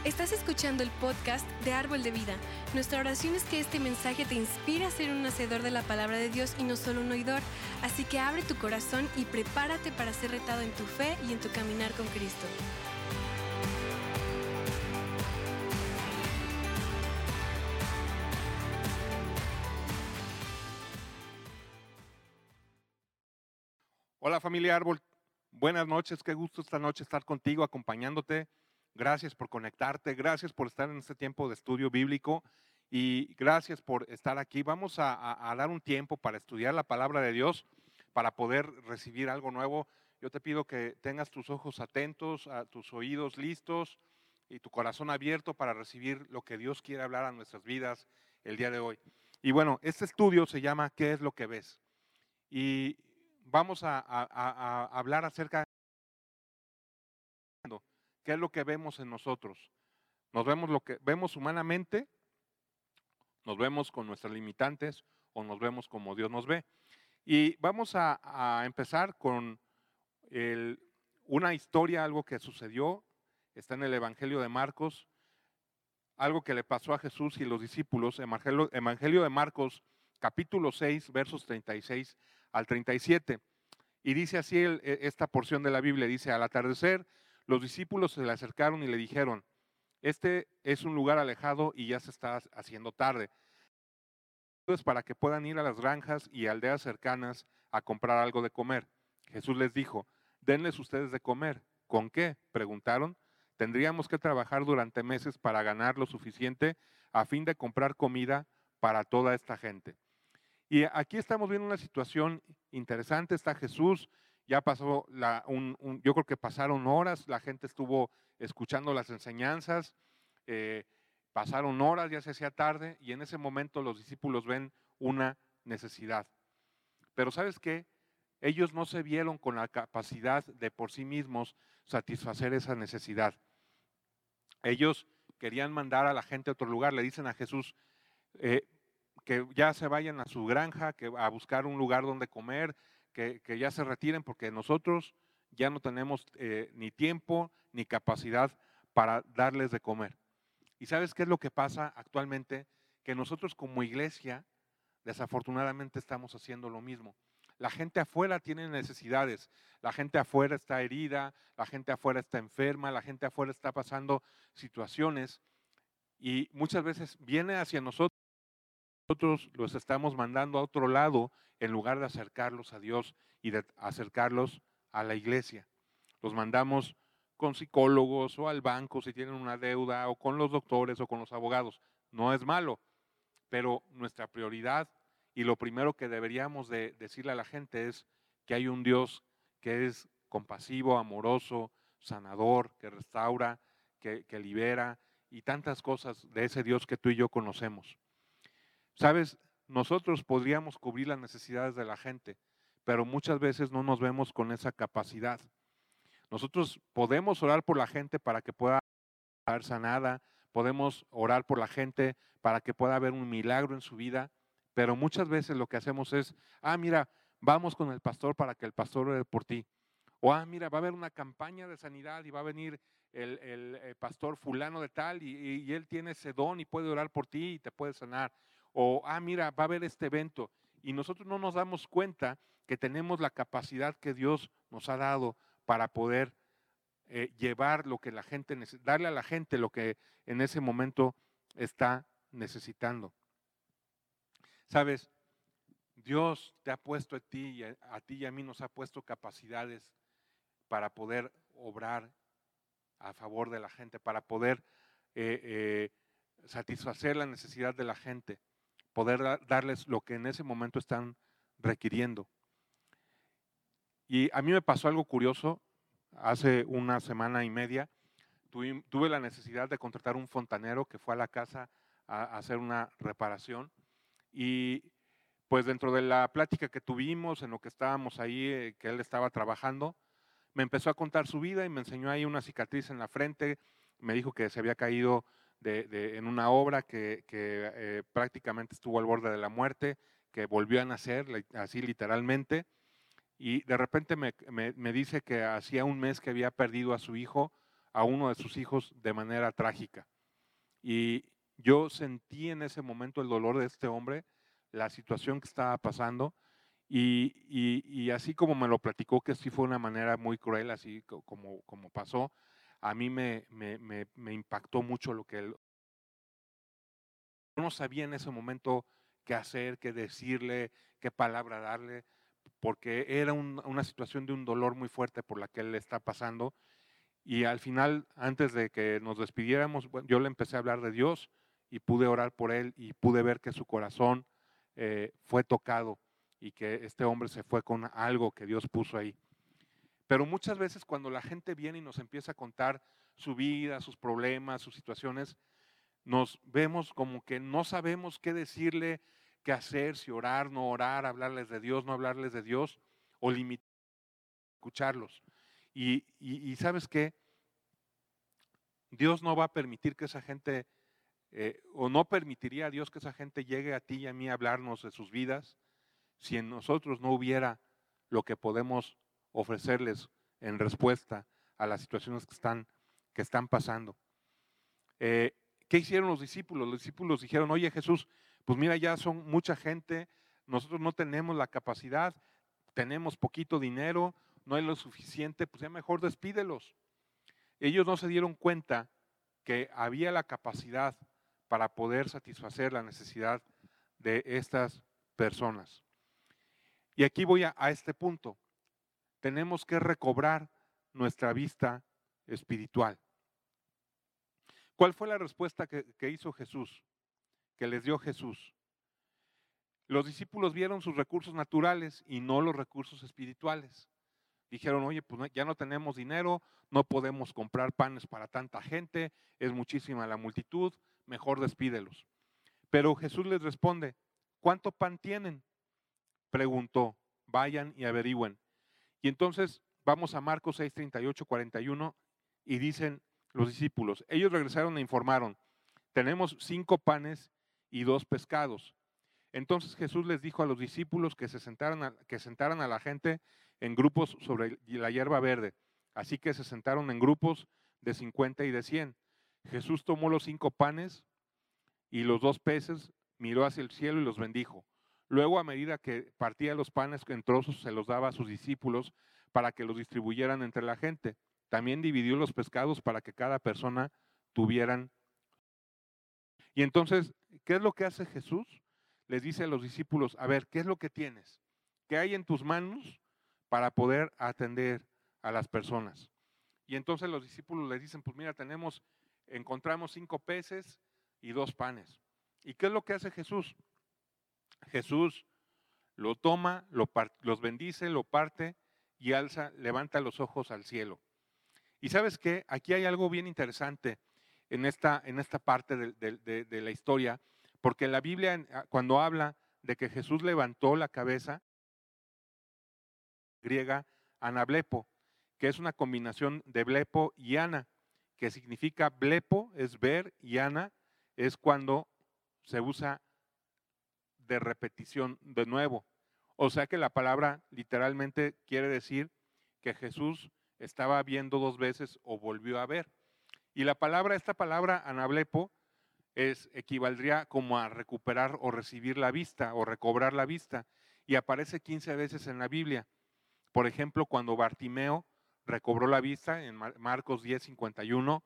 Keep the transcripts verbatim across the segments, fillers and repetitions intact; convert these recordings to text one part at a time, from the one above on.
Estás escuchando el podcast de Árbol de Vida. Nuestra oración es que este mensaje te inspire a ser un hacedor de la palabra de Dios y no solo un oidor. Así que abre tu corazón y prepárate para ser retado en tu fe y en tu caminar con Cristo. Hola familia Árbol, buenas noches, qué gusto esta noche estar contigo, acompañándote. Gracias por conectarte, gracias por estar en este tiempo de estudio bíblico y gracias por estar aquí. Vamos a, a- a dar un tiempo para estudiar la palabra de Dios, para poder recibir algo nuevo. Yo te pido que tengas tus ojos atentos, a tus oídos listos y tu corazón abierto para recibir lo que Dios quiere hablar a nuestras vidas el día de hoy. Y bueno, este estudio se llama ¿Qué es lo que ves? Y vamos a, a- a- a hablar acerca de qué es lo que vemos en nosotros. Nos vemos lo que vemos humanamente, nos vemos con nuestras limitantes o nos vemos como Dios nos ve. Y vamos a, a empezar con el- una historia, algo que sucedió, está en el Evangelio de Marcos, algo que le pasó a Jesús y los discípulos. Evangelio, Evangelio de Marcos, capítulo seis, versos treinta y seis al treinta y siete. Y dice así el- e- esta porción de la Biblia, dice: al atardecer, los discípulos se le acercaron y le dijeron: este es un lugar alejado y ya se está haciendo tarde. Entonces, para que puedan ir a las granjas y aldeas cercanas a comprar algo de comer. Jesús les dijo: denles ustedes de comer. ¿Con qué?, preguntaron. Tendríamos que trabajar durante meses para ganar lo suficiente a fin de comprar comida para toda esta gente. Y aquí estamos viendo una situación interesante. Está Jesús, ya pasó, la, un, un, yo creo que pasaron horas, la gente estuvo escuchando las enseñanzas, eh, pasaron horas, ya se hacía tarde, y en ese momento los discípulos ven una necesidad. Pero ¿sabes qué? Ellos no se vieron con la capacidad de por sí mismos satisfacer esa necesidad. Ellos querían mandar a la gente a otro lugar. Le dicen a Jesús, eh, que ya se vayan a su granja, que a buscar un lugar donde comer, que, que ya se retiren porque nosotros ya no tenemos eh, ni tiempo ni capacidad para darles de comer. ¿Y sabes qué es lo que pasa actualmente? Que nosotros como iglesia desafortunadamente estamos haciendo lo mismo. La gente afuera tiene necesidades, la gente afuera está herida, la gente afuera está enferma, la gente afuera está pasando situaciones y muchas veces viene hacia nosotros. Nosotros los estamos mandando a otro lado en lugar de acercarlos a Dios y de acercarlos a la iglesia. Los mandamos con psicólogos o al banco si tienen una deuda, o con los doctores o con los abogados. No es malo, pero nuestra prioridad y lo primero que deberíamos de decirle a la gente es que hay un Dios que es compasivo, amoroso, sanador, que restaura, que, que libera y tantas cosas de ese Dios que tú y yo conocemos. Sabes, nosotros podríamos cubrir las necesidades de la gente, pero muchas veces no nos vemos con esa capacidad. Nosotros podemos orar por la gente para que pueda ser sanada, podemos orar por la gente para que pueda haber un milagro en su vida, pero muchas veces lo que hacemos es, ah, mira, vamos con el pastor para que el pastor ore por ti. O, ah, mira, va a haber una campaña de sanidad y va a venir el, el, el pastor fulano de tal y, y, y él tiene ese don y puede orar por ti y te puede sanar. O, ah, mira, va a haber este evento. Y nosotros no nos damos cuenta que tenemos la capacidad que Dios nos ha dado para poder eh, llevar lo que la gente, darle a la gente lo que en ese momento está necesitando. Sabes, Dios te ha puesto a ti, a ti y a mí nos ha puesto capacidades para poder obrar a favor de la gente, para poder eh, eh, satisfacer la necesidad de la gente, poder da, darles lo que en ese momento están requiriendo. Y a mí me pasó algo curioso, hace una semana y media, tuve, tuve la necesidad de contratar un fontanero que fue a la casa a, a hacer una reparación y pues dentro de la plática que tuvimos, en lo que estábamos ahí, eh, que él estaba trabajando, me empezó a contar su vida y me enseñó ahí una cicatriz en la frente, me dijo que se había caído de, de, en una obra, que, que eh, prácticamente estuvo al borde de la muerte, que volvió a nacer, así literalmente, y de repente me, me, me dice que hacía un mes que había perdido a su hijo a uno de sus hijos de manera trágica. Y yo sentí en ese momento el dolor de este hombre, la situación que estaba pasando, y, y, y así como me lo platicó, que sí fue una manera muy cruel, así como, como pasó, a mí me, me, me, me impactó mucho lo que él... Yo no sabía en ese momento qué hacer, qué decirle, qué palabra darle, porque era un, una situación de un dolor muy fuerte por la que él está pasando. Y al final, antes de que nos despidiéramos, bueno, yo le empecé a hablar de Dios y pude orar por él y pude ver que su corazón eh, fue tocado y que este hombre se fue con algo que Dios puso ahí. Pero muchas veces cuando la gente viene y nos empieza a contar su vida, sus problemas, sus situaciones, nos vemos como que no sabemos qué decirle, qué hacer, si orar, no orar, hablarles de Dios, no hablarles de Dios, o limitar, escucharlos. Y, y, y ¿sabes qué? Dios no va a permitir que esa gente, eh, o no permitiría a Dios que esa gente llegue a ti y a mí a hablarnos de sus vidas, si en nosotros no hubiera lo que podemos ofrecerles en respuesta a las situaciones que están, que están pasando. Eh, ¿Qué hicieron los discípulos? Los discípulos dijeron, oye Jesús, pues mira, ya son mucha gente, nosotros no tenemos la capacidad, tenemos poquito dinero, no hay lo suficiente, pues ya mejor despídelos. Ellos no se dieron cuenta que había la capacidad para poder satisfacer la necesidad de estas personas. Y aquí voy a, a este punto. Tenemos que recobrar nuestra vista espiritual. ¿Cuál fue la respuesta que, que hizo Jesús, que les dio Jesús? Los discípulos vieron sus recursos naturales y no los recursos espirituales. Dijeron, oye, pues ya no tenemos dinero, no podemos comprar panes para tanta gente, es muchísima la multitud, mejor despídelos. Pero Jesús les responde, ¿cuánto pan tienen? Preguntó, vayan y averigüen. Y entonces vamos a Marcos seis, treinta y ocho, cuarenta y uno y dicen los discípulos, ellos regresaron e informaron, tenemos cinco panes y dos pescados. Entonces Jesús les dijo a los discípulos que se sentaran a, que sentaran a la gente en grupos sobre la hierba verde. Así que se sentaron en grupos de cincuenta y de cien. Jesús tomó los cinco panes y los dos peces, miró hacia el cielo y los bendijo. Luego, a medida que partía los panes en trozos, se los daba a sus discípulos para que los distribuyeran entre la gente. También dividió los pescados para que cada persona tuvieran. Y entonces, ¿qué es lo que hace Jesús? Les dice a los discípulos, a ver, ¿qué es lo que tienes? ¿Qué hay en tus manos para poder atender a las personas? Y entonces los discípulos les dicen, pues mira, tenemos, encontramos cinco peces y dos panes. ¿Y qué es lo que hace Jesús? Jesús lo toma, lo part, los bendice, lo parte y alza, levanta los ojos al cielo. Y ¿sabes qué? Aquí hay algo bien interesante en esta, en esta parte de, de, de, de la historia, porque la Biblia, cuando habla de que Jesús levantó la cabeza, griega anablepo, que es una combinación de blepo y ana, que significa blepo es ver y ana es cuando se usa de repetición de nuevo. O sea que la palabra literalmente quiere decir que Jesús estaba viendo dos veces o volvió a ver. Y la palabra, esta palabra anablepo, es, equivaldría como a recuperar o recibir la vista o recobrar la vista. Y aparece quince veces en la Biblia. Por ejemplo, cuando Bartimeo recobró la vista en Marcos diez, cincuenta y uno,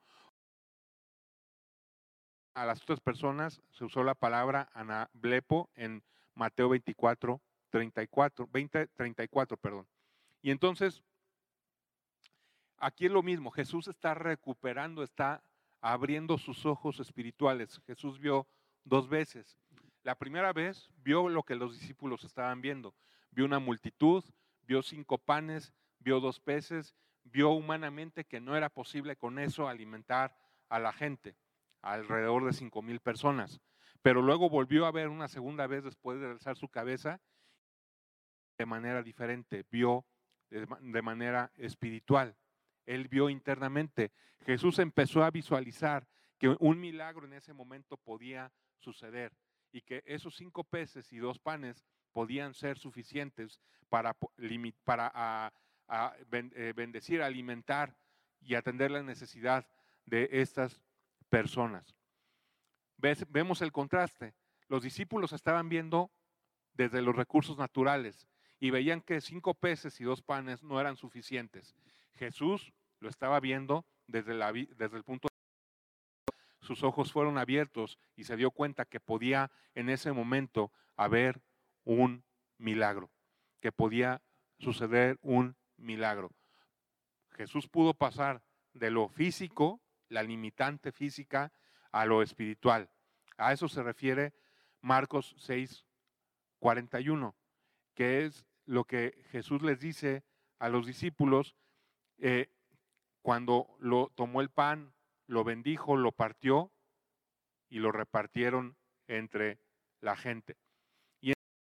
a las otras personas se usó la palabra anablepo en Mateo veinticuatro, treinta y cuatro, veinte, treinta y cuatro, perdón. Y entonces, aquí es lo mismo, Jesús está recuperando, está abriendo sus ojos espirituales. Jesús vio dos veces. La primera vez vio lo que los discípulos estaban viendo. Vio una multitud, vio cinco panes, vio dos peces, vio humanamente que no era posible con eso alimentar a la gente, alrededor de cinco mil personas. Pero luego volvió a ver una segunda vez después de alzar su cabeza de manera diferente, vio de manera espiritual. Él vio internamente. Jesús empezó a visualizar que un milagro en ese momento podía suceder y que esos cinco peces y dos panes podían ser suficientes para, para a, a bendecir, alimentar y atender la necesidad de estas personas. ¿Ves? Vemos el contraste. Los discípulos estaban viendo desde los recursos naturales y veían que cinco peces y dos panes no eran suficientes. Jesús lo estaba viendo desde, la, desde el punto de vista. Sus ojos fueron abiertos y se dio cuenta que podía en ese momento haber un milagro, que podía suceder un milagro. Jesús pudo pasar de lo físico, la limitante física, a lo espiritual. A eso se refiere Marcos seis, cuarenta y uno, que es lo que Jesús les dice a los discípulos eh, cuando lo tomó el pan, lo bendijo, lo partió y lo repartieron entre la gente. Y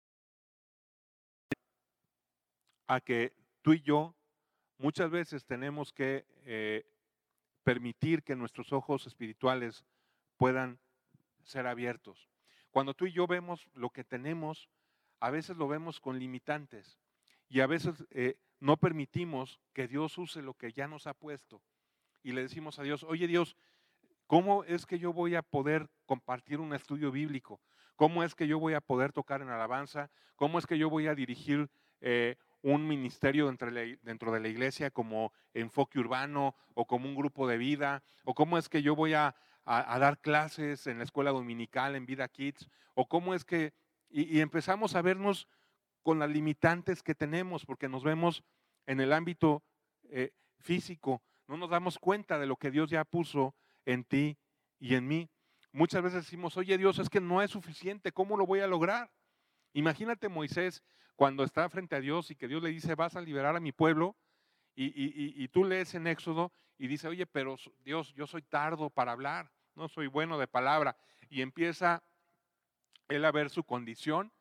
a que tú y yo muchas veces tenemos que eh, permitir que nuestros ojos espirituales puedan ser abiertos. Cuando tú y yo vemos lo que tenemos, a veces lo vemos con limitantes y a veces eh, no permitimos que Dios use lo que ya nos ha puesto. Y le decimos a Dios, oye Dios, ¿cómo es que yo voy a poder compartir un estudio bíblico? ¿Cómo es que yo voy a poder tocar en alabanza? ¿Cómo es que yo voy a dirigir eh, un ministerio dentro de, la, dentro de la iglesia como enfoque urbano o como un grupo de vida? ¿O cómo es que yo voy a, a, a dar clases en la escuela dominical, en Vida Kids? ¿O cómo es que...? Y, y empezamos a vernos con las limitantes que tenemos porque nos vemos en el ámbito eh, físico. No nos damos cuenta de lo que Dios ya puso en ti y en mí. Muchas veces decimos, oye Dios, es que no es suficiente, ¿cómo lo voy a lograr? Imagínate Moisés cuando está frente a Dios y que Dios le dice, vas a liberar a mi pueblo, y, y, y, y tú lees en Éxodo y dice, oye, pero Dios, yo soy tardo para hablar, no soy bueno de palabra, y empieza él a ver su condición,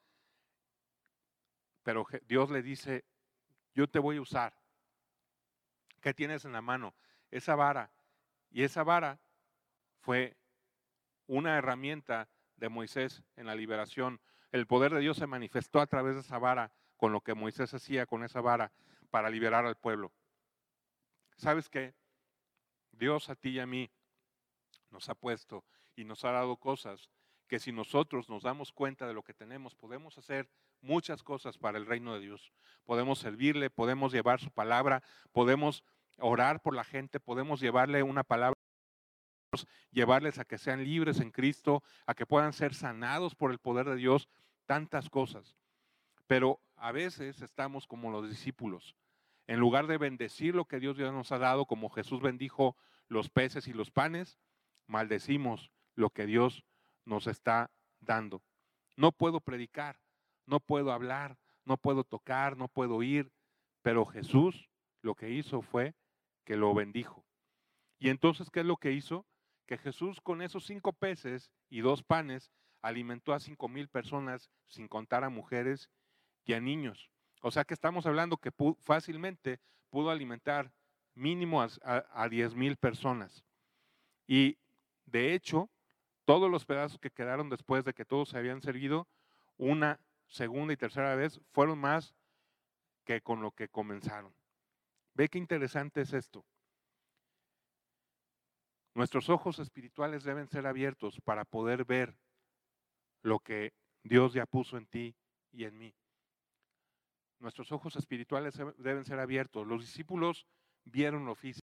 pero Dios le dice, yo te voy a usar. ¿Qué tienes en la mano? Esa vara, y esa vara fue una herramienta de Moisés en la liberación. El poder de Dios se manifestó a través de esa vara, con lo que Moisés hacía con esa vara para liberar al pueblo. ¿Sabes qué? Dios a ti y a mí nos ha puesto y nos ha dado cosas que si nosotros nos damos cuenta de lo que tenemos, podemos hacer muchas cosas para el reino de Dios. Podemos servirle, podemos llevar su palabra, podemos orar por la gente, podemos llevarle una palabra, llevarles a que sean libres en Cristo, a que puedan ser sanados por el poder de Dios, tantas cosas. Pero a veces estamos como los discípulos. En lugar de bendecir lo que Dios ya nos ha dado, como Jesús bendijo los peces y los panes, maldecimos lo que Dios nos está dando. No puedo predicar, no puedo hablar, no puedo tocar, no puedo ir, pero Jesús lo que hizo fue que lo bendijo. Y entonces, ¿qué es lo que hizo? Que Jesús con esos cinco peces y dos panes alimentó a cinco mil personas, sin contar a mujeres y a niños. O sea que estamos hablando que pudo, fácilmente pudo alimentar mínimo a, a, a diez mil personas. Y de hecho, todos los pedazos que quedaron después de que todos se habían servido, una segunda y tercera vez, fueron más que con lo que comenzaron. Ve qué interesante es esto. Nuestros ojos espirituales deben ser abiertos para poder ver lo que Dios ya puso en ti y en mí. Nuestros ojos espirituales deben ser abiertos. Los discípulos vieron lo físico.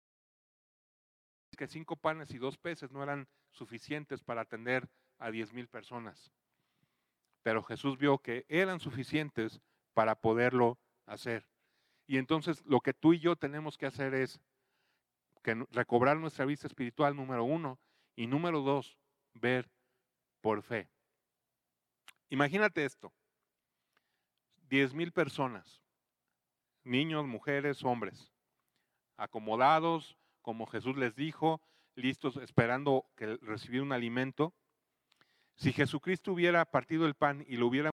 Que cinco panes y dos peces no eran suficientes para atender a diez mil personas. Pero Jesús vio que eran suficientes para poderlo hacer. Y entonces lo que tú y yo tenemos que hacer es que recobrar nuestra vista espiritual, número uno, y número dos, ver por fe. Imagínate esto, diez mil personas, niños, mujeres, hombres, acomodados, como Jesús les dijo, listos esperando que recibir un alimento. Si Jesucristo hubiera partido el pan y lo hubiera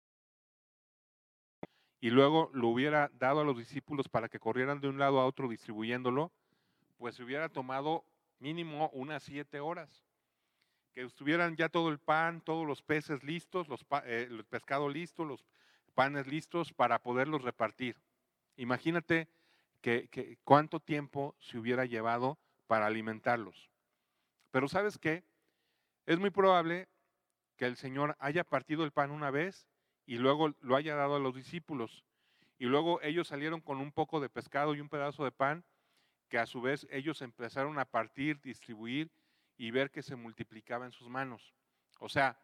y luego lo hubiera dado a los discípulos para que corrieran de un lado a otro distribuyéndolo, pues se hubiera tomado mínimo unas siete horas. Que estuvieran ya todo el pan, todos los peces listos, los eh, el pescado listo, los panes listos para poderlos repartir. Imagínate que, que cuánto tiempo se hubiera llevado para alimentarlos. Pero ¿sabes qué? Es muy probable que el Señor haya partido el pan una vez y luego lo haya dado a los discípulos. Y luego ellos salieron con un poco de pescado y un pedazo de pan, que a su vez ellos empezaron a partir, distribuir y ver que se multiplicaba en sus manos. O sea,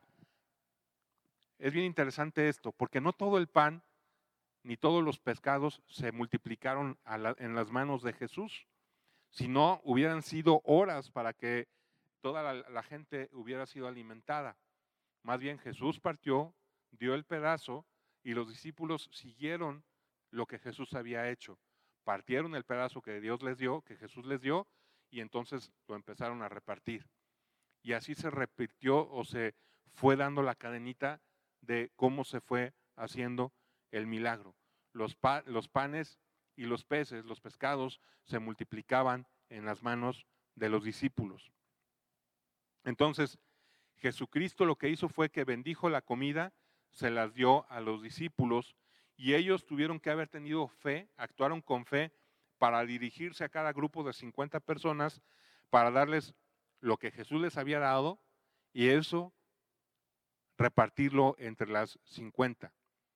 es bien interesante esto, porque no todo el pan ni todos los pescados se multiplicaron a la, en las manos de Jesús, sino hubieran sido horas para que toda la, la gente hubiera sido alimentada. Más bien Jesús partió, dio el pedazo y los discípulos siguieron lo que Jesús había hecho. Partieron el pedazo que Dios les dio, que Jesús les dio, y entonces lo empezaron a repartir. Y así se repitió o se fue dando la cadenita de cómo se fue haciendo el milagro. Los, pa, los panes y los peces, los pescados, se multiplicaban en las manos de los discípulos. Entonces, Jesucristo lo que hizo fue que bendijo la comida, se las dio a los discípulos y ellos tuvieron que haber tenido fe, actuaron con fe para dirigirse a cada grupo de cincuenta personas para darles lo que Jesús les había dado y eso repartirlo entre las cincuenta.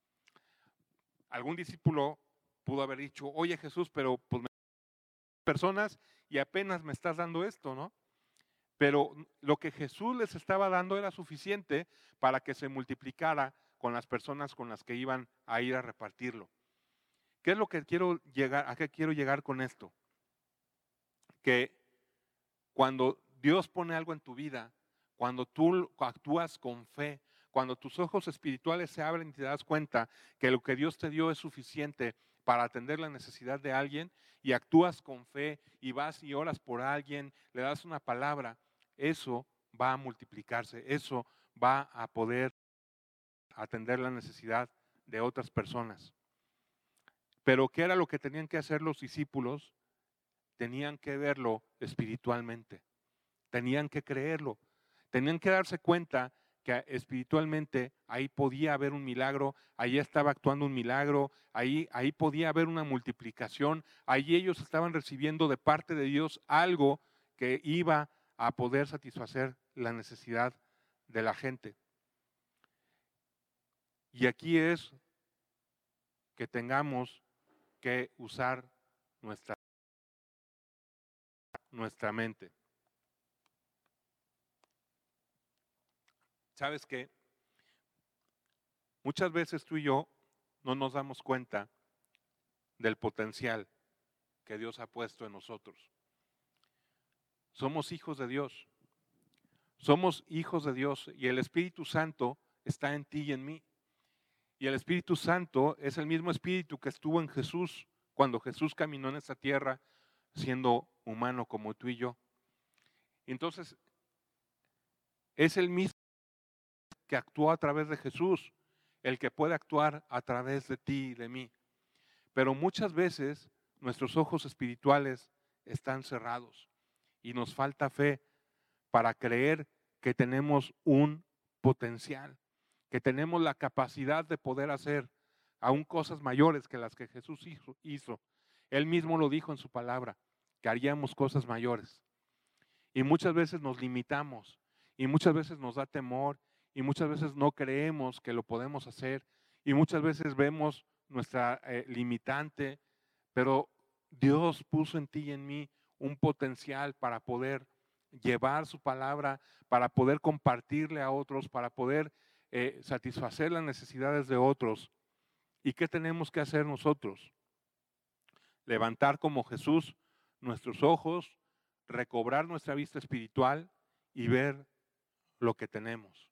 Algún discípulo pudo haber dicho, oye Jesús, pero pues me personas y apenas me estás dando esto, ¿no? Pero lo que Jesús les estaba dando era suficiente para que se multiplicara con las personas con las que iban a ir a repartirlo. ¿Qué es lo que quiero llegar, a qué quiero llegar con esto? Que cuando Dios pone algo en tu vida, cuando tú actúas con fe, cuando tus ojos espirituales se abren y te das cuenta que lo que Dios te dio es suficiente para atender la necesidad de alguien y actúas con fe y vas y oras por alguien, le das una palabra, eso va a multiplicarse, eso va a poder atender la necesidad de otras personas. Pero ¿qué era lo que tenían que hacer los discípulos? Tenían que verlo espiritualmente, tenían que creerlo, tenían que darse cuenta que espiritualmente ahí podía haber un milagro, ahí estaba actuando un milagro, ahí, ahí podía haber una multiplicación, ahí ellos estaban recibiendo de parte de Dios algo que iba a poder satisfacer la necesidad de la gente. Y aquí es que tengamos que usar nuestra, nuestra mente. ¿Sabes qué? Muchas veces tú y yo no nos damos cuenta del potencial que Dios ha puesto en nosotros. Somos hijos de Dios. Somos hijos de Dios y el Espíritu Santo está en ti y en mí. Y el Espíritu Santo es el mismo Espíritu que estuvo en Jesús cuando Jesús caminó en esta tierra siendo humano como tú y yo. Entonces, es el mismo que actuó a través de Jesús, el que puede actuar a través de ti y de mí. Pero muchas veces nuestros ojos espirituales están cerrados y nos falta fe para creer que tenemos un potencial, que tenemos la capacidad de poder hacer aún cosas mayores que las que Jesús hizo. Él mismo lo dijo en su palabra, que haríamos cosas mayores. Y muchas veces nos limitamos y muchas veces nos da temor y muchas veces no creemos que lo podemos hacer y muchas veces vemos nuestra eh, limitante, pero Dios puso en ti y en mí un potencial para poder llevar su palabra, para poder compartirle a otros, para poder eh, satisfacer las necesidades de otros. ¿Y qué tenemos que hacer nosotros? Levantar como Jesús nuestros ojos, recobrar nuestra vista espiritual y ver lo que tenemos.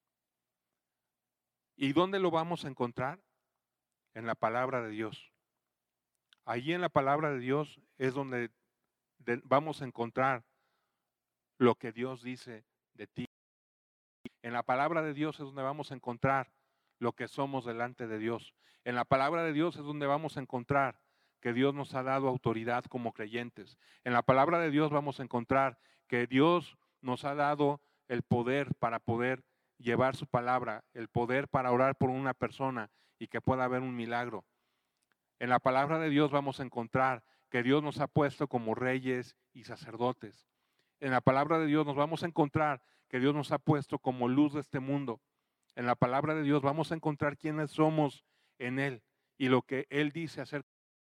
¿Y dónde lo vamos a encontrar? En la palabra de Dios. Allí en la palabra de Dios es donde de, vamos a encontrar lo que Dios dice de ti. En la palabra de Dios es donde vamos a encontrar lo que somos delante de Dios. En la palabra de Dios es donde vamos a encontrar que Dios nos ha dado autoridad como creyentes. En la palabra de Dios vamos a encontrar que Dios nos ha dado el poder para poder llevar su palabra, el poder para orar por una persona y que pueda haber un milagro. En la palabra de Dios vamos a encontrar que Dios nos ha puesto como reyes y sacerdotes. En la palabra de Dios nos vamos a encontrar que Dios nos ha puesto como luz de este mundo. En la palabra de Dios vamos a encontrar quiénes somos en Él y lo que Él dice acerca.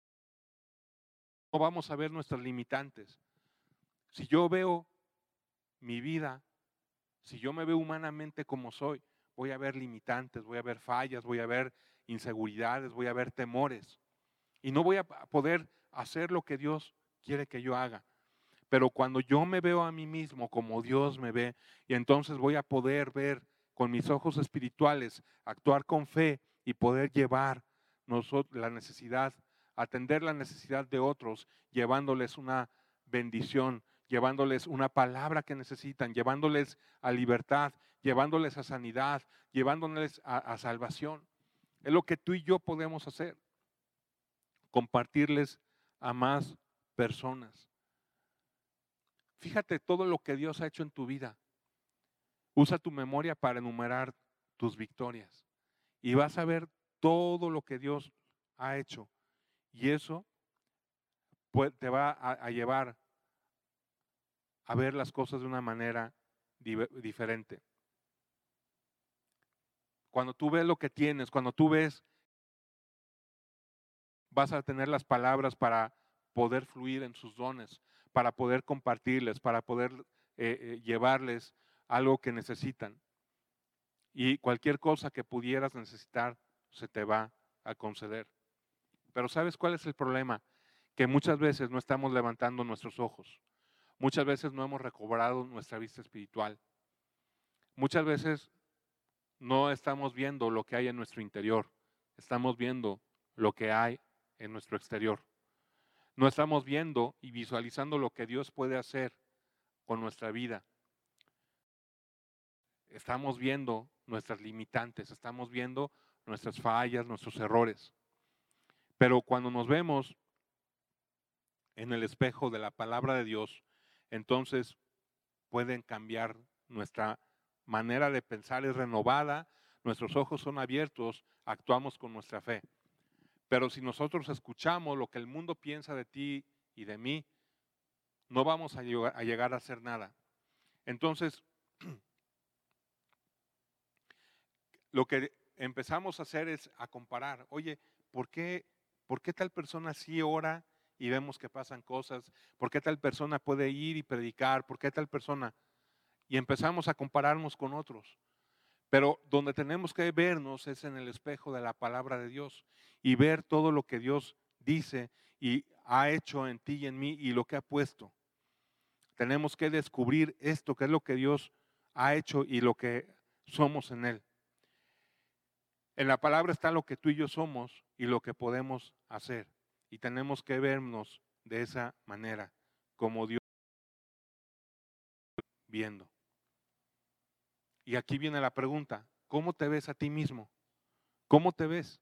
No vamos a ver nuestras limitantes. Si yo veo mi vida, si yo me veo humanamente como soy, voy a ver limitantes, voy a ver fallas, voy a ver inseguridades, voy a ver temores. Y no voy a poder hacer lo que Dios quiere que yo haga. Pero cuando yo me veo a mí mismo como Dios me ve, y entonces voy a poder ver con mis ojos espirituales, actuar con fe y poder llevar nosotros la necesidad, atender la necesidad de otros, llevándoles una bendición, llevándoles una palabra que necesitan, llevándoles a libertad, llevándoles a sanidad, llevándoles a, a salvación. Es lo que tú y yo podemos hacer, compartirles a más personas. Fíjate todo lo que Dios ha hecho en tu vida. Usa tu memoria para enumerar tus victorias y vas a ver todo lo que Dios ha hecho. Y eso te va a, a llevar a ver las cosas de una manera di- diferente. Cuando tú ves lo que tienes, cuando tú ves, vas a tener las palabras para poder fluir en sus dones, para poder compartirles, para poder eh, eh, llevarles algo que necesitan. Y cualquier cosa que pudieras necesitar se te va a conceder. Pero ¿sabes cuál es el problema? Que muchas veces no estamos levantando nuestros ojos. Muchas veces no hemos recobrado nuestra vista espiritual. Muchas veces no estamos viendo lo que hay en nuestro interior. Estamos viendo lo que hay en nuestro exterior. No estamos viendo y visualizando lo que Dios puede hacer con nuestra vida. Estamos viendo nuestras limitantes, estamos viendo nuestras fallas, nuestros errores. Pero cuando nos vemos en el espejo de la palabra de Dios, entonces pueden cambiar nuestra manera de pensar, es renovada, nuestros ojos son abiertos, actuamos con nuestra fe. Pero si nosotros escuchamos lo que el mundo piensa de ti y de mí, no vamos a llegar a, llegar a hacer nada. Entonces, lo que empezamos a hacer es a comparar. Oye, ¿por qué, por qué tal persona sí ora y vemos que pasan cosas? ¿Por qué tal persona puede ir y predicar? ¿Por qué tal persona? Y empezamos a compararnos con otros. Pero donde tenemos que vernos es en el espejo de la palabra de Dios y ver todo lo que Dios dice y ha hecho en ti y en mí y lo que ha puesto. Tenemos que descubrir esto, que es lo que Dios ha hecho y lo que somos en Él. En la palabra está lo que tú y yo somos y lo que podemos hacer. Y tenemos que vernos de esa manera, como Dios viendo. Y aquí viene la pregunta, ¿cómo te ves a ti mismo? ¿Cómo te ves?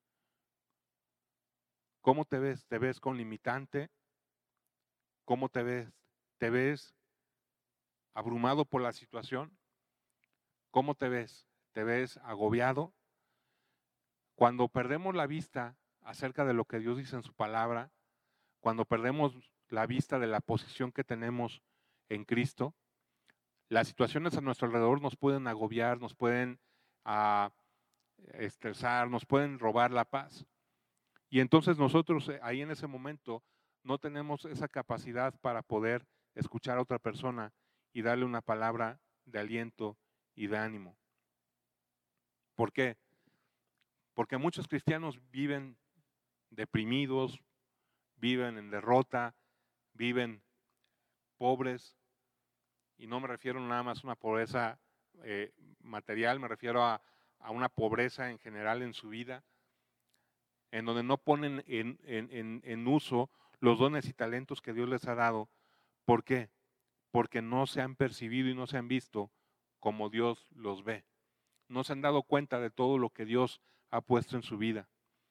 ¿Cómo te ves? ¿Te ves con limitante? ¿Cómo te ves? ¿Te ves abrumado por la situación? ¿Cómo te ves? ¿Te ves agobiado? Cuando perdemos la vista acerca de lo que Dios dice en su palabra, cuando perdemos la vista de la posición que tenemos en Cristo, las situaciones a nuestro alrededor nos pueden agobiar, nos pueden uh, estresar, nos pueden robar la paz. Y entonces nosotros ahí en ese momento no tenemos esa capacidad para poder escuchar a otra persona y darle una palabra de aliento y de ánimo. ¿Por qué? Porque muchos cristianos viven deprimidos, viven en derrota, viven pobres, y no me refiero nada más a una pobreza eh, material, me refiero a, a una pobreza en general en su vida, en donde no ponen en, en, en, en uso los dones y talentos que Dios les ha dado. ¿Por qué? Porque no se han percibido y no se han visto como Dios los ve. No se han dado cuenta de todo lo que Dios ha puesto en su vida.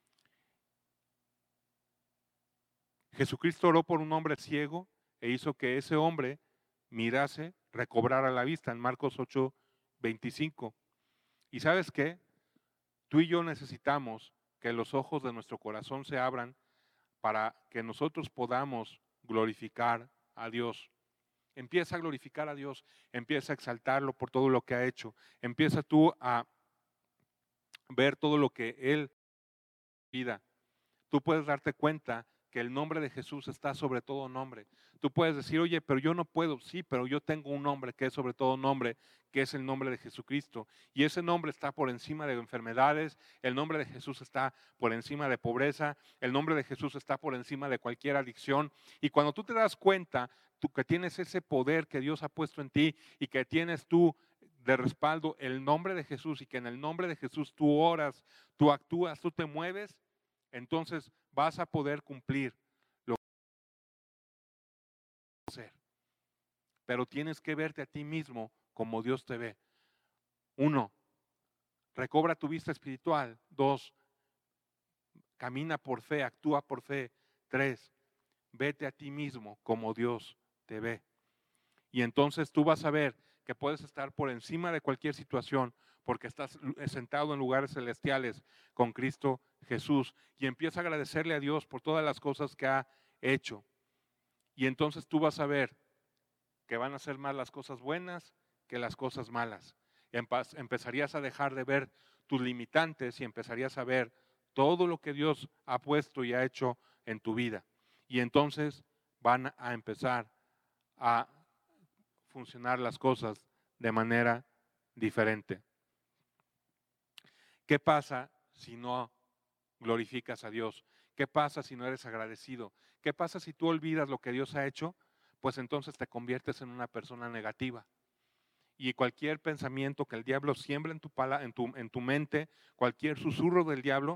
Jesucristo oró por un hombre ciego e hizo que ese hombre mirase, recobrara la vista en Marcos ocho, veinticinco. ¿Y sabes qué? Tú y yo necesitamos que los ojos de nuestro corazón se abran para que nosotros podamos glorificar a Dios. Empieza a glorificar a Dios, empieza a exaltarlo por todo lo que ha hecho. Empieza tú a ver todo lo que Él vida. Tú puedes darte cuenta que el nombre de Jesús está sobre todo nombre. Tú puedes decir, oye, pero yo no puedo. Sí, pero yo tengo un nombre que es sobre todo nombre, que es el nombre de Jesucristo. Y ese nombre está por encima de enfermedades, el nombre de Jesús está por encima de pobreza, el nombre de Jesús está por encima de cualquier adicción. Y cuando tú te das cuenta tú, que tienes ese poder que Dios ha puesto en ti y que tienes tú de respaldo el nombre de Jesús y que en el nombre de Jesús tú oras, tú actúas, tú te mueves, entonces vas a poder cumplir lo que vas a hacer. Pero tienes que verte a ti mismo como Dios te ve. Uno, recobra tu vista espiritual. Dos, camina por fe, actúa por fe. Tres, vete a ti mismo como Dios te ve. Y entonces tú vas a ver que puedes estar por encima de cualquier situación porque estás sentado en lugares celestiales con Cristo Jesús, y empieza a agradecerle a Dios por todas las cosas que ha hecho. Y entonces tú vas a ver que van a ser más las cosas buenas que las cosas malas. Empezarías a dejar de ver tus limitantes y empezarías a ver todo lo que Dios ha puesto y ha hecho en tu vida. Y entonces van a empezar a funcionar las cosas de manera diferente. ¿Qué pasa si no glorificas a Dios? ¿Qué pasa si no eres agradecido? ¿Qué pasa si tú olvidas lo que Dios ha hecho? Pues entonces te conviertes en una persona negativa. Y cualquier pensamiento que el diablo siembra en tu, pala, en tu, en tu mente, cualquier susurro del diablo,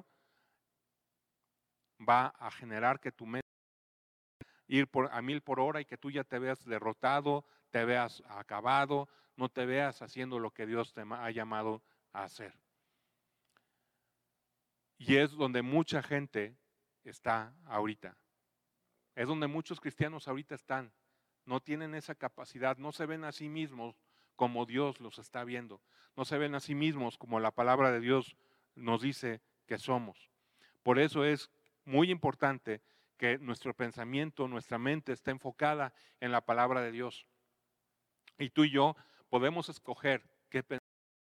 va a generar que tu mente ir por, a mil por hora y que tú ya te veas derrotado, te veas acabado, no te veas haciendo lo que Dios te ha llamado a hacer. Y es donde mucha gente está ahorita. Es donde muchos cristianos ahorita están. No tienen esa capacidad, no se ven a sí mismos como Dios los está viendo. No se ven a sí mismos como la palabra de Dios nos dice que somos. Por eso es muy importante que nuestro pensamiento, nuestra mente esté enfocada en la palabra de Dios. Y tú y yo podemos escoger qué pensar.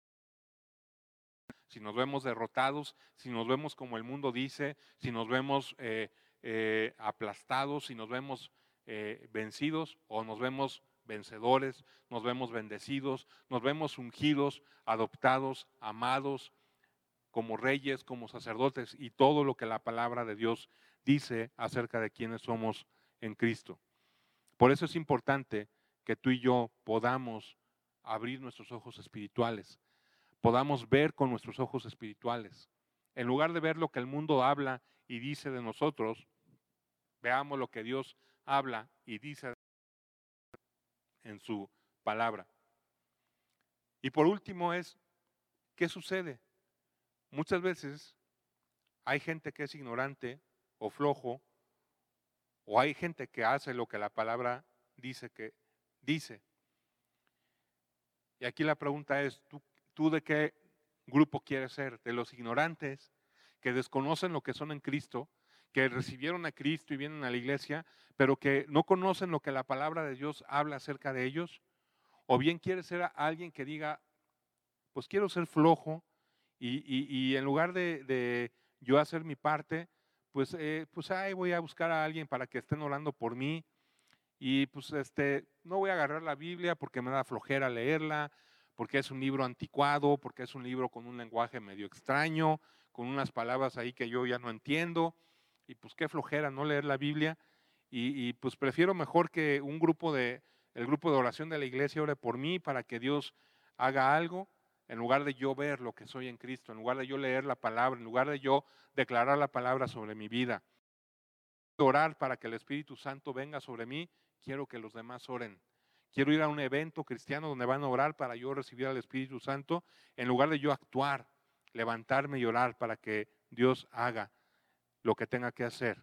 Si nos vemos derrotados, si nos vemos como el mundo dice, si nos vemos eh, eh, aplastados, si nos vemos eh, vencidos o nos vemos vencedores, nos vemos bendecidos, nos vemos ungidos, adoptados, amados, como reyes, como sacerdotes y todo lo que la palabra de Dios dice acerca de quienes somos en Cristo. Por eso es importante que tú y yo podamos abrir nuestros ojos espirituales, podamos ver con nuestros ojos espirituales. En lugar de ver lo que el mundo habla y dice de nosotros, veamos lo que Dios habla y dice en su palabra. Y por último es, ¿qué sucede? Muchas veces hay gente que es ignorante o flojo, o hay gente que hace lo que la palabra dice que dice. Y aquí la pregunta es, ¿tú, tú de qué grupo quieres ser? ¿De los ignorantes que desconocen lo que son en Cristo, que recibieron a Cristo y vienen a la iglesia, pero que no conocen lo que la palabra de Dios habla acerca de ellos? ¿O bien quieres ser alguien que diga, pues quiero ser flojo y, y, y en lugar de, de yo hacer mi parte, pues, eh, pues ay, voy a buscar a alguien para que estén orando por mí? Y pues este, no voy a agarrar la Biblia porque me da flojera leerla, porque es un libro anticuado, porque es un libro con un lenguaje medio extraño, con unas palabras ahí que yo ya no entiendo, y pues qué flojera no leer la Biblia, y, y pues prefiero mejor que un grupo de, el grupo de oración de la iglesia ore por mí para que Dios haga algo, en lugar de yo ver lo que soy en Cristo, en lugar de yo leer la palabra, en lugar de yo declarar la palabra sobre mi vida. Orar para que el Espíritu Santo venga sobre mí, quiero que los demás oren. Quiero ir a un evento cristiano donde van a orar para yo recibir al Espíritu Santo, en lugar de yo actuar, levantarme y orar para que Dios haga lo que tenga que hacer.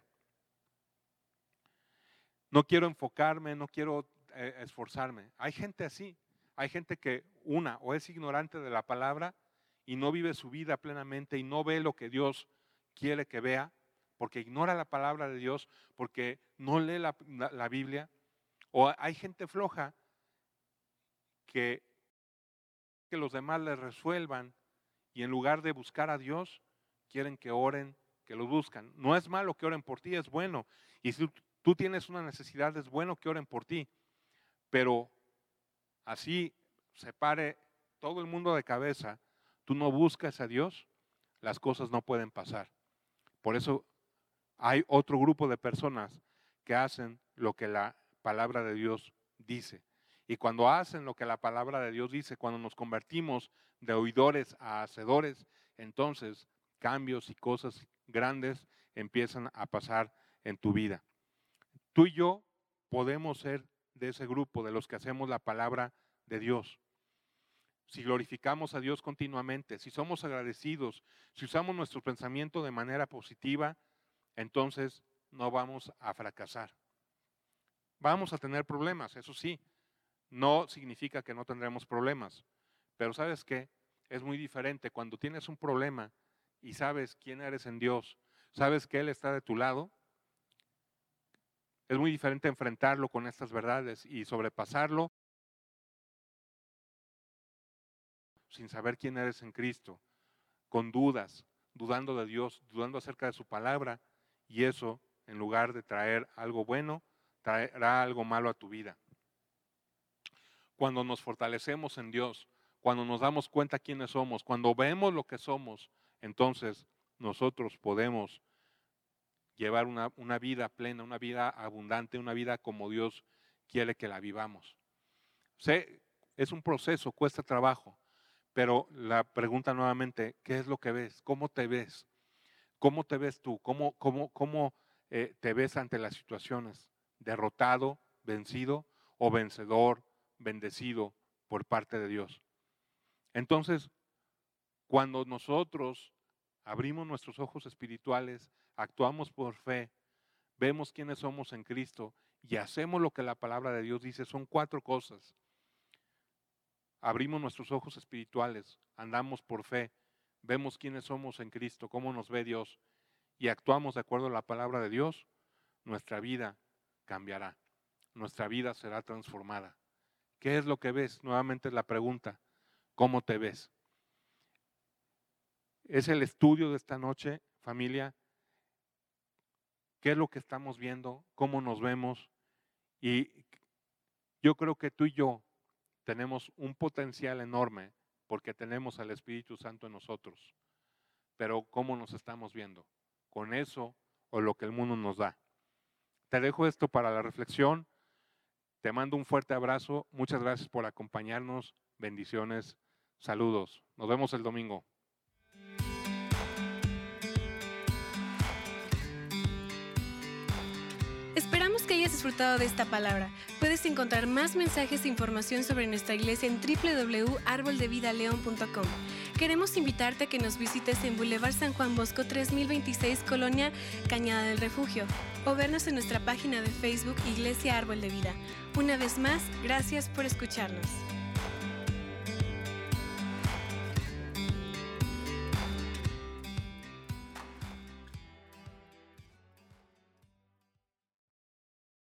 No quiero enfocarme, no quiero eh, esforzarme. Hay gente así, hay gente que una o es ignorante de la palabra y no vive su vida plenamente y no ve lo que Dios quiere que vea, porque ignora la palabra de Dios, porque no lee la, la, la Biblia. O hay gente floja que, que los demás les resuelvan y en lugar de buscar a Dios, quieren que oren, que lo buscan. No es malo que oren por ti, es bueno. Y si tú tienes una necesidad, es bueno que oren por ti. Pero así se pare todo el mundo de cabeza, tú no buscas a Dios, las cosas no pueden pasar. Por eso hay otro grupo de personas que hacen lo que la palabra de Dios dice. Y cuando hacen lo que la palabra de Dios dice, cuando nos convertimos de oidores a hacedores, entonces cambios y cosas grandes empiezan a pasar en tu vida. Tú y yo podemos ser de ese grupo, de los que hacemos la palabra de Dios. Si glorificamos a Dios continuamente, si somos agradecidos, si usamos nuestro pensamiento de manera positiva, entonces no vamos a fracasar. Vamos a tener problemas, eso sí, no significa que no tendremos problemas, pero ¿sabes qué? Es muy diferente cuando tienes un problema y sabes quién eres en Dios, sabes que Él está de tu lado. Es muy diferente enfrentarlo con estas verdades y sobrepasarlo sin saber quién eres en Cristo, con dudas, dudando de Dios, dudando acerca de su palabra, y eso, en lugar de traer algo bueno, traerá algo malo a tu vida. Cuando nos fortalecemos en Dios, cuando nos damos cuenta quiénes somos, cuando vemos lo que somos, entonces nosotros podemos llevar una, una vida plena, una vida abundante, una vida como Dios quiere que la vivamos. Sé, es un proceso, cuesta trabajo, pero la pregunta nuevamente, ¿qué es lo que ves? ¿Cómo te ves? ¿Cómo te ves tú? ¿Cómo, cómo, cómo eh, te ves ante las situaciones? ¿Derrotado, vencido o vencedor, bendecido por parte de Dios? Entonces, cuando nosotros abrimos nuestros ojos espirituales, actuamos por fe, vemos quiénes somos en Cristo y hacemos lo que la palabra de Dios dice, son cuatro cosas. Abrimos nuestros ojos espirituales, andamos por fe, vemos quiénes somos en Cristo, cómo nos ve Dios y actuamos de acuerdo a la palabra de Dios, nuestra vida cambiará, nuestra vida será transformada. ¿Qué es lo que ves? Nuevamente la pregunta, ¿cómo te ves? Es el estudio de esta noche, familia. ¿Qué es lo que estamos viendo? ¿Cómo nos vemos? Y yo creo que tú y yo tenemos un potencial enorme porque tenemos al Espíritu Santo en nosotros. Pero ¿cómo nos estamos viendo? ¿Con eso o lo que el mundo nos da? Te dejo esto para la reflexión. Te mando un fuerte abrazo. Muchas gracias por acompañarnos. Bendiciones. Saludos. Nos vemos el domingo. Esperamos que hayas disfrutado de esta palabra. Puedes encontrar más mensajes e información sobre nuestra iglesia en doble u doble u doble u punto árbol de vida león punto com. Queremos invitarte a que nos visites en Boulevard San Juan Bosco tres mil veintiséis, Colonia Cañada del Refugio, o vernos en nuestra página de Facebook Iglesia Árbol de Vida. Una vez más, gracias por escucharnos.